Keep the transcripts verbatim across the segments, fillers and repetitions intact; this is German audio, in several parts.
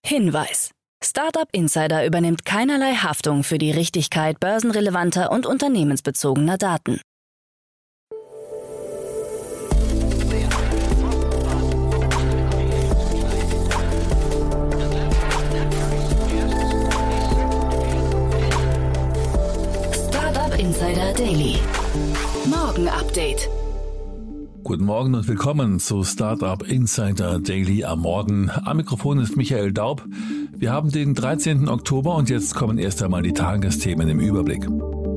Hinweis: Startup Insider übernimmt keinerlei Haftung für die Richtigkeit börsenrelevanter und unternehmensbezogener Daten. Startup Insider Daily. Morgen Update. Guten Morgen und willkommen zu Startup Insider Daily am Morgen. Am Mikrofon ist Michael Daub. Wir haben den dreizehnten Oktober und jetzt kommen erst einmal die Tagesthemen im Überblick.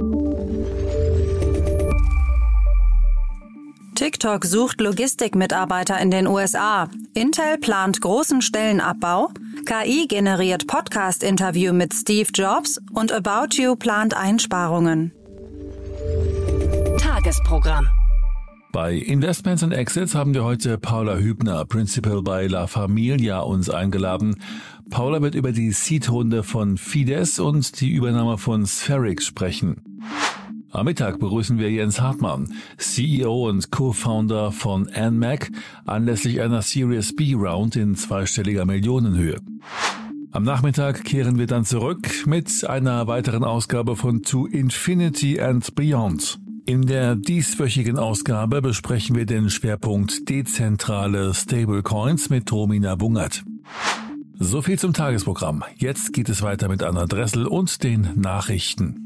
TikTok sucht Logistikmitarbeiter in den U S A. Intel plant großen Stellenabbau. K I generiert Podcast-Interview mit Steve Jobs und About You plant Einsparungen. Tagesprogramm. Bei Investments and Exits haben wir heute Paula Hübner, Principal bei La Familia, uns eingeladen. Paula wird über die Seed-Runde von Fides und die Übernahme von Spherics sprechen. Am Mittag begrüßen wir Jens Hartmann, C E O und Co-Founder von Anmac, anlässlich einer Series B-Round in zweistelliger Millionenhöhe. Am Nachmittag kehren wir dann zurück mit einer weiteren Ausgabe von To Infinity and Beyond. In der dieswöchigen Ausgabe besprechen wir den Schwerpunkt dezentrale Stablecoins mit Romina Bungert. So viel zum Tagesprogramm. Jetzt geht es weiter mit Anna Dressel und den Nachrichten.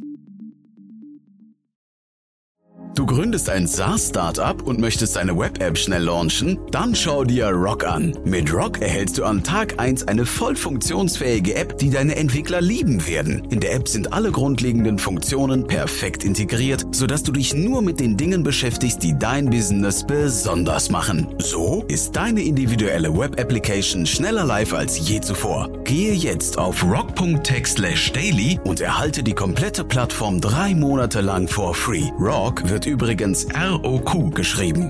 Du gründest ein SaaS-Startup und möchtest eine Web-App schnell launchen? Dann schau dir Rock an. Mit Rock erhältst du an Tag eins eine voll funktionsfähige App, die deine Entwickler lieben werden. In der App sind alle grundlegenden Funktionen perfekt integriert, sodass du dich nur mit den Dingen beschäftigst, die dein Business besonders machen. So ist deine individuelle Web-Application schneller live als je zuvor. Gehe jetzt auf rock punkt tech slash daily und erhalte die komplette Plattform drei Monate lang for free. Rock wird übrigens R O Q geschrieben.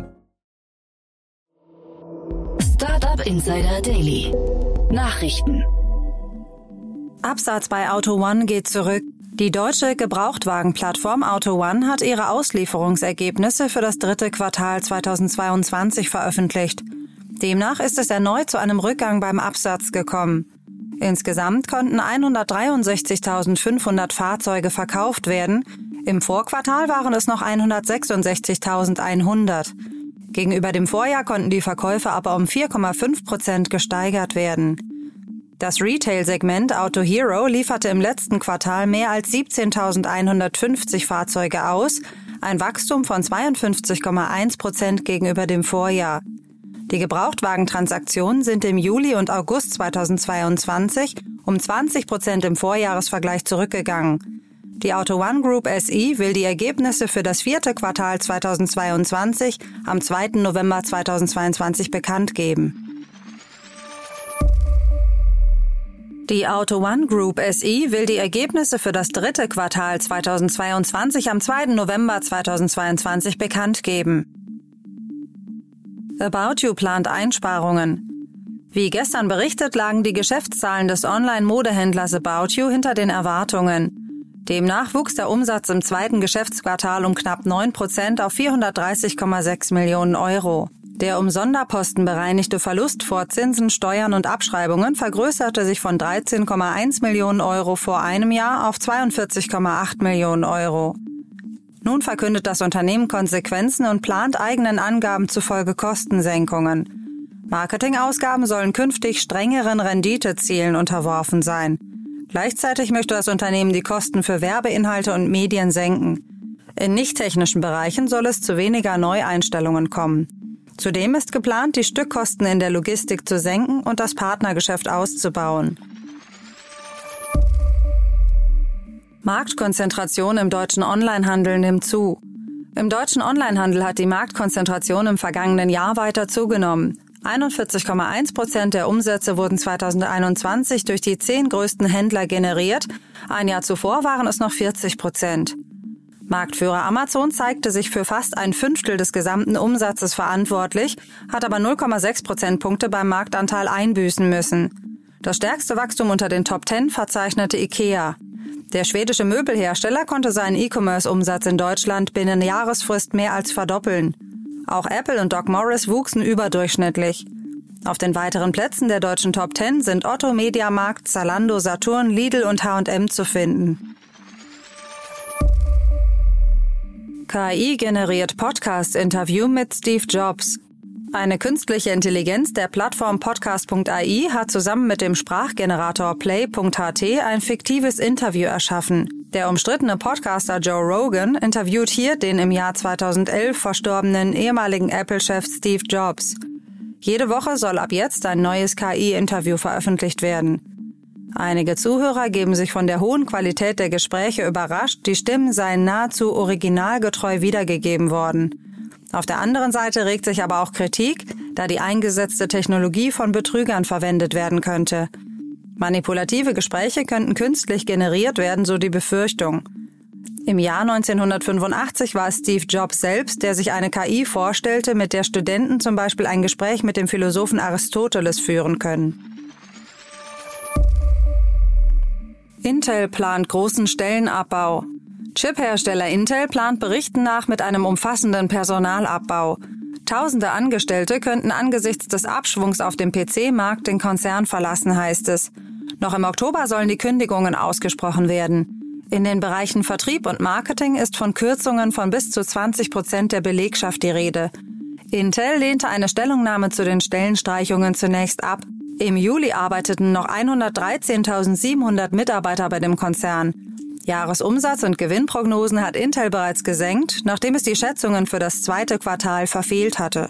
Startup Insider Daily. Nachrichten. Absatz bei AUTO1 geht zurück. Die deutsche Gebrauchtwagenplattform AUTO1 hat ihre Auslieferungsergebnisse für das dritte Quartal zweitausendzweiundzwanzig veröffentlicht. Demnach ist es erneut zu einem Rückgang beim Absatz gekommen. Insgesamt konnten hundertdreiundsechzigtausendfünfhundert Fahrzeuge verkauft werden. Im Vorquartal waren es noch hundertsechsundsechzigtausendeinhundert. Gegenüber dem Vorjahr konnten die Verkäufe aber um vier Komma fünf Prozent gesteigert werden. Das Retail-Segment Autohero lieferte im letzten Quartal mehr als siebzehntausendeinhundertfünfzig Fahrzeuge aus, ein Wachstum von zweiundfünfzig Komma eins Prozent gegenüber dem Vorjahr. Die Gebrauchtwagentransaktionen sind im Juli und August zweitausendzweiundzwanzig um zwanzig Prozent im Vorjahresvergleich zurückgegangen. Die AUTO1 Group S E will die Ergebnisse für das vierte Quartal zweitausendzweiundzwanzig am zweiten November zweitausendzweiundzwanzig bekannt geben. Die AUTO1 Group S E will die Ergebnisse für das dritte Quartal zweitausendzweiundzwanzig am zweiten November zweitausendzweiundzwanzig bekannt geben. About You plant Einsparungen. Wie gestern berichtet, lagen die Geschäftszahlen des Online-Modehändlers About You hinter den Erwartungen. Demnach wuchs der Umsatz im zweiten Geschäftsquartal um knapp neun Prozent auf vierhundertdreißig Komma sechs Millionen Euro. Der um Sonderposten bereinigte Verlust vor Zinsen, Steuern und Abschreibungen vergrößerte sich von dreizehn Komma eins Millionen Euro vor einem Jahr auf zweiundvierzig Komma acht Millionen Euro. Nun verkündet das Unternehmen Konsequenzen und plant eigenen Angaben zufolge Kostensenkungen. Marketingausgaben sollen künftig strengeren Renditezielen unterworfen sein. Gleichzeitig möchte das Unternehmen die Kosten für Werbeinhalte und Medien senken. In nicht-technischen Bereichen soll es zu weniger Neueinstellungen kommen. Zudem ist geplant, die Stückkosten in der Logistik zu senken und das Partnergeschäft auszubauen. Marktkonzentration im deutschen Onlinehandel nimmt zu. Im deutschen Onlinehandel hat die Marktkonzentration im vergangenen Jahr weiter zugenommen. einundvierzig Komma eins Prozent der Umsätze wurden zweitausendeinundzwanzig durch die zehn größten Händler generiert. Ein Jahr zuvor waren es noch vierzig Prozent. Marktführer Amazon zeigte sich für fast ein Fünftel des gesamten Umsatzes verantwortlich, hat aber null Komma sechs Prozentpunkte beim Marktanteil einbüßen müssen. Das stärkste Wachstum unter den Top Ten verzeichnete IKEA. Der schwedische Möbelhersteller konnte seinen E-Commerce-Umsatz in Deutschland binnen Jahresfrist mehr als verdoppeln. Auch Apple und Doc Morris wuchsen überdurchschnittlich. Auf den weiteren Plätzen der deutschen Top zehn sind Otto, Mediamarkt, Zalando, Saturn, Lidl und H und M zu finden. K I generiert Podcast-Interview mit Steve Jobs. Eine künstliche Intelligenz der Plattform podcast punkt a i hat zusammen mit dem Sprachgenerator play punkt h t ein fiktives Interview erschaffen. Der umstrittene Podcaster Joe Rogan interviewt hier den im Jahr zweitausendelf verstorbenen ehemaligen Apple-Chef Steve Jobs. Jede Woche soll ab jetzt ein neues K I-Interview veröffentlicht werden. Einige Zuhörer geben sich von der hohen Qualität der Gespräche überrascht, die Stimmen seien nahezu originalgetreu wiedergegeben worden. Auf der anderen Seite regt sich aber auch Kritik, da die eingesetzte Technologie von Betrügern verwendet werden könnte. Manipulative Gespräche könnten künstlich generiert werden, so die Befürchtung. Im Jahr neunzehnhundertfünfundachtzig war es Steve Jobs selbst, der sich eine K I vorstellte, mit der Studenten zum Beispiel ein Gespräch mit dem Philosophen Aristoteles führen können. Intel plant großen Stellenabbau. Chiphersteller Intel plant Berichten nach mit einem umfassenden Personalabbau. Tausende Angestellte könnten angesichts des Abschwungs auf dem P C-Markt den Konzern verlassen, heißt es. Noch im Oktober sollen die Kündigungen ausgesprochen werden. In den Bereichen Vertrieb und Marketing ist von Kürzungen von bis zu zwanzig Prozent der Belegschaft die Rede. Intel lehnte eine Stellungnahme zu den Stellenstreichungen zunächst ab. Im Juli arbeiteten noch hundertdreizehntausendsiebenhundert Mitarbeiter bei dem Konzern. Jahresumsatz und Gewinnprognosen hat Intel bereits gesenkt, nachdem es die Schätzungen für das zweite Quartal verfehlt hatte.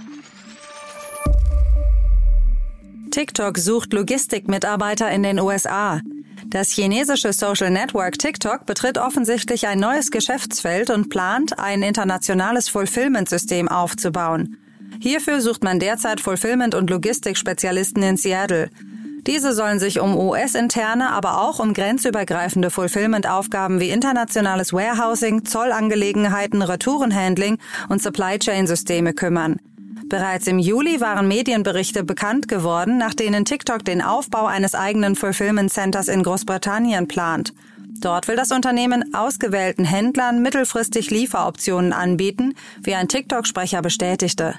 TikTok sucht Logistikmitarbeiter in den U S A. Das chinesische Social Network TikTok betritt offensichtlich ein neues Geschäftsfeld und plant, ein internationales Fulfillment-System aufzubauen. Hierfür sucht man derzeit Fulfillment- und Logistikspezialisten in Seattle. Diese sollen sich um U S-interne, aber auch um grenzübergreifende Fulfillment-Aufgaben wie internationales Warehousing, Zollangelegenheiten, Retourenhandling und Supply-Chain-Systeme kümmern. Bereits im Juli waren Medienberichte bekannt geworden, nach denen TikTok den Aufbau eines eigenen Fulfillment-Centers in Großbritannien plant. Dort will das Unternehmen ausgewählten Händlern mittelfristig Lieferoptionen anbieten, wie ein TikTok-Sprecher bestätigte.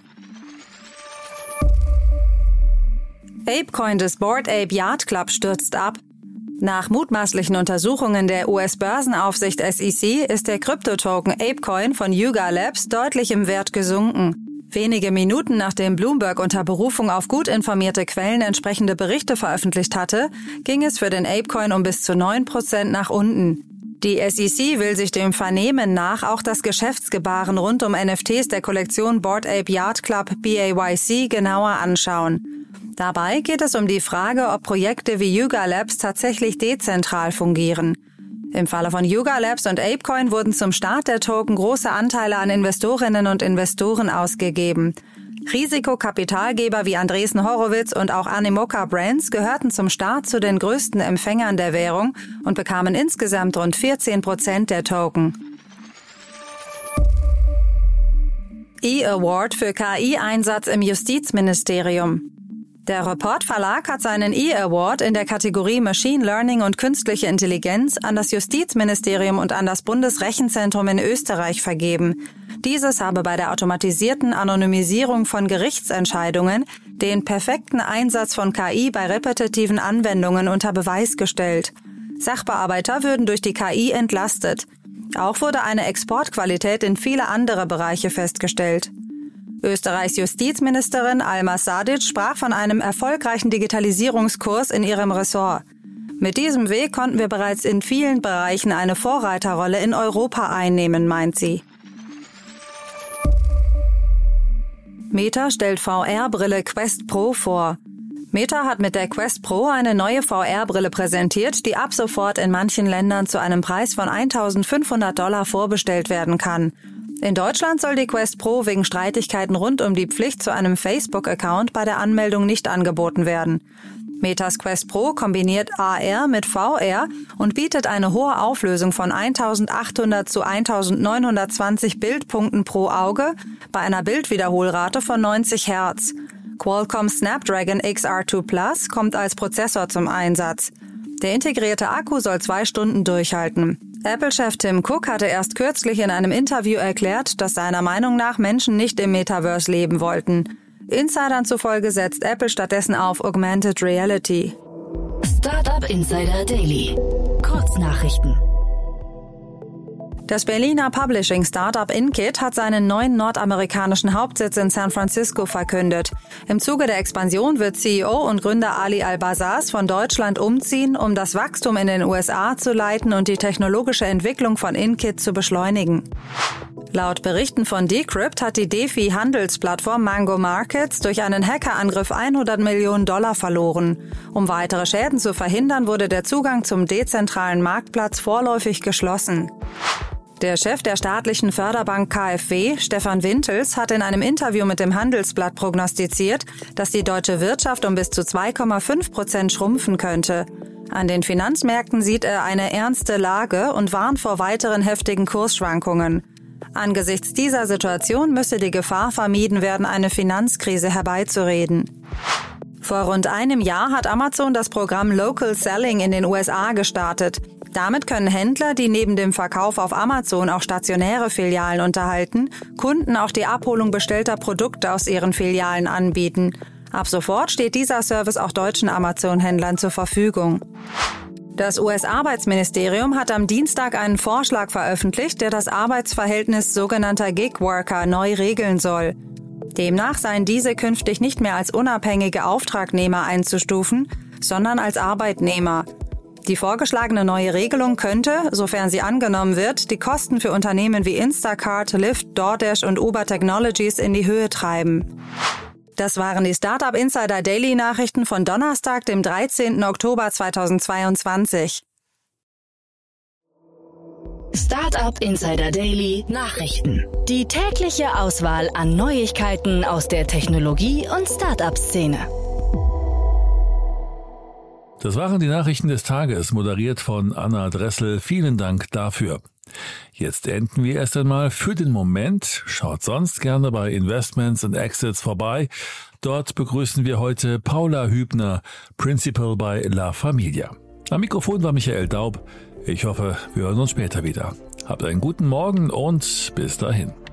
ApeCoin des Bored Ape Yacht Club stürzt ab. Nach mutmaßlichen Untersuchungen der U S-Börsenaufsicht S E C ist der Kryptotoken ApeCoin von Yuga Labs deutlich im Wert gesunken. Wenige Minuten nachdem Bloomberg unter Berufung auf gut informierte Quellen entsprechende Berichte veröffentlicht hatte, ging es für den ApeCoin um bis zu neun Prozent nach unten. Die S E C will sich dem Vernehmen nach auch das Geschäftsgebaren rund um N F Ts der Kollektion Bored Ape Yacht Club B A Y C genauer anschauen. Dabei geht es um die Frage, ob Projekte wie Yuga Labs tatsächlich dezentral fungieren. Im Falle von Yuga Labs und ApeCoin wurden zum Start der Token große Anteile an Investorinnen und Investoren ausgegeben. Risikokapitalgeber wie Andreessen Horowitz und auch Animoca Brands gehörten zum Start zu den größten Empfängern der Währung und bekamen insgesamt rund vierzehn Prozent der Token. E-Award für K I-Einsatz im Justizministerium. Der Report Verlag hat seinen E-Award in der Kategorie Machine Learning und künstliche Intelligenz an das Justizministerium und an das Bundesrechenzentrum in Österreich vergeben. Dieses habe bei der automatisierten Anonymisierung von Gerichtsentscheidungen den perfekten Einsatz von K I bei repetitiven Anwendungen unter Beweis gestellt. Sachbearbeiter würden durch die K I entlastet. Auch wurde eine Exportqualität in viele andere Bereiche festgestellt. Österreichs Justizministerin Alma Sadic sprach von einem erfolgreichen Digitalisierungskurs in ihrem Ressort. Mit diesem Weg konnten wir bereits in vielen Bereichen eine Vorreiterrolle in Europa einnehmen, meint sie. Meta stellt V R-Brille Quest Pro vor. Meta hat mit der Quest Pro eine neue V R-Brille präsentiert, die ab sofort in manchen Ländern zu einem Preis von eintausendfünfhundert Dollar vorbestellt werden kann. In Deutschland soll die Quest Pro wegen Streitigkeiten rund um die Pflicht zu einem Facebook-Account bei der Anmeldung nicht angeboten werden. Metas Quest Pro kombiniert A R mit V R und bietet eine hohe Auflösung von eintausendachthundert zu eintausendneunhundertzwanzig Bildpunkten pro Auge bei einer Bildwiederholrate von neunzig Hertz. Qualcomm Snapdragon X R zwei Plus kommt als Prozessor zum Einsatz. Der integrierte Akku soll zwei Stunden durchhalten. Apple-Chef Tim Cook hatte erst kürzlich in einem Interview erklärt, dass seiner Meinung nach Menschen nicht im Metaverse leben wollten. Insidern zufolge setzt Apple stattdessen auf Augmented Reality. Startup Insider Daily. Kurznachrichten. Das Berliner Publishing-Startup Inkit hat seinen neuen nordamerikanischen Hauptsitz in San Francisco verkündet. Im Zuge der Expansion wird C E O und Gründer Ali Al-Bazaz von Deutschland umziehen, um das Wachstum in den U S A zu leiten und die technologische Entwicklung von Inkit zu beschleunigen. Laut Berichten von Decrypt hat die DeFi-Handelsplattform Mango Markets durch einen Hackerangriff hundert Millionen Dollar verloren. Um weitere Schäden zu verhindern, wurde der Zugang zum dezentralen Marktplatz vorläufig geschlossen. Der Chef der staatlichen Förderbank KfW, Stefan Wintels, hat in einem Interview mit dem Handelsblatt prognostiziert, dass die deutsche Wirtschaft um bis zu zwei Komma fünf Prozent schrumpfen könnte. An den Finanzmärkten sieht er eine ernste Lage und warnt vor weiteren heftigen Kursschwankungen. Angesichts dieser Situation müsse die Gefahr vermieden werden, eine Finanzkrise herbeizureden. Vor rund einem Jahr hat Amazon das Programm Local Selling in den U S A gestartet. Damit können Händler, die neben dem Verkauf auf Amazon auch stationäre Filialen unterhalten, Kunden auch die Abholung bestellter Produkte aus ihren Filialen anbieten. Ab sofort steht dieser Service auch deutschen Amazon-Händlern zur Verfügung. Das U S-Arbeitsministerium hat am Dienstag einen Vorschlag veröffentlicht, der das Arbeitsverhältnis sogenannter Gig-Worker neu regeln soll. Demnach seien diese künftig nicht mehr als unabhängige Auftragnehmer einzustufen, sondern als Arbeitnehmer. Die vorgeschlagene neue Regelung könnte, sofern sie angenommen wird, die Kosten für Unternehmen wie Instacart, Lyft, DoorDash und Uber Technologies in die Höhe treiben. Das waren die Startup Insider Daily Nachrichten von Donnerstag, dem dreizehnten Oktober zweitausendzweiundzwanzig. Startup Insider Daily Nachrichten. Die tägliche Auswahl an Neuigkeiten aus der Technologie- und Startup-Szene. Das waren die Nachrichten des Tages, moderiert von Anna Dressel. Vielen Dank dafür. Jetzt enden wir erst einmal für den Moment. Schaut sonst gerne bei Investments and Exits vorbei. Dort begrüßen wir heute Paula Hübner, Principal bei La Familia. Am Mikrofon war Michael Daub. Ich hoffe, wir hören uns später wieder. Habt einen guten Morgen und bis dahin.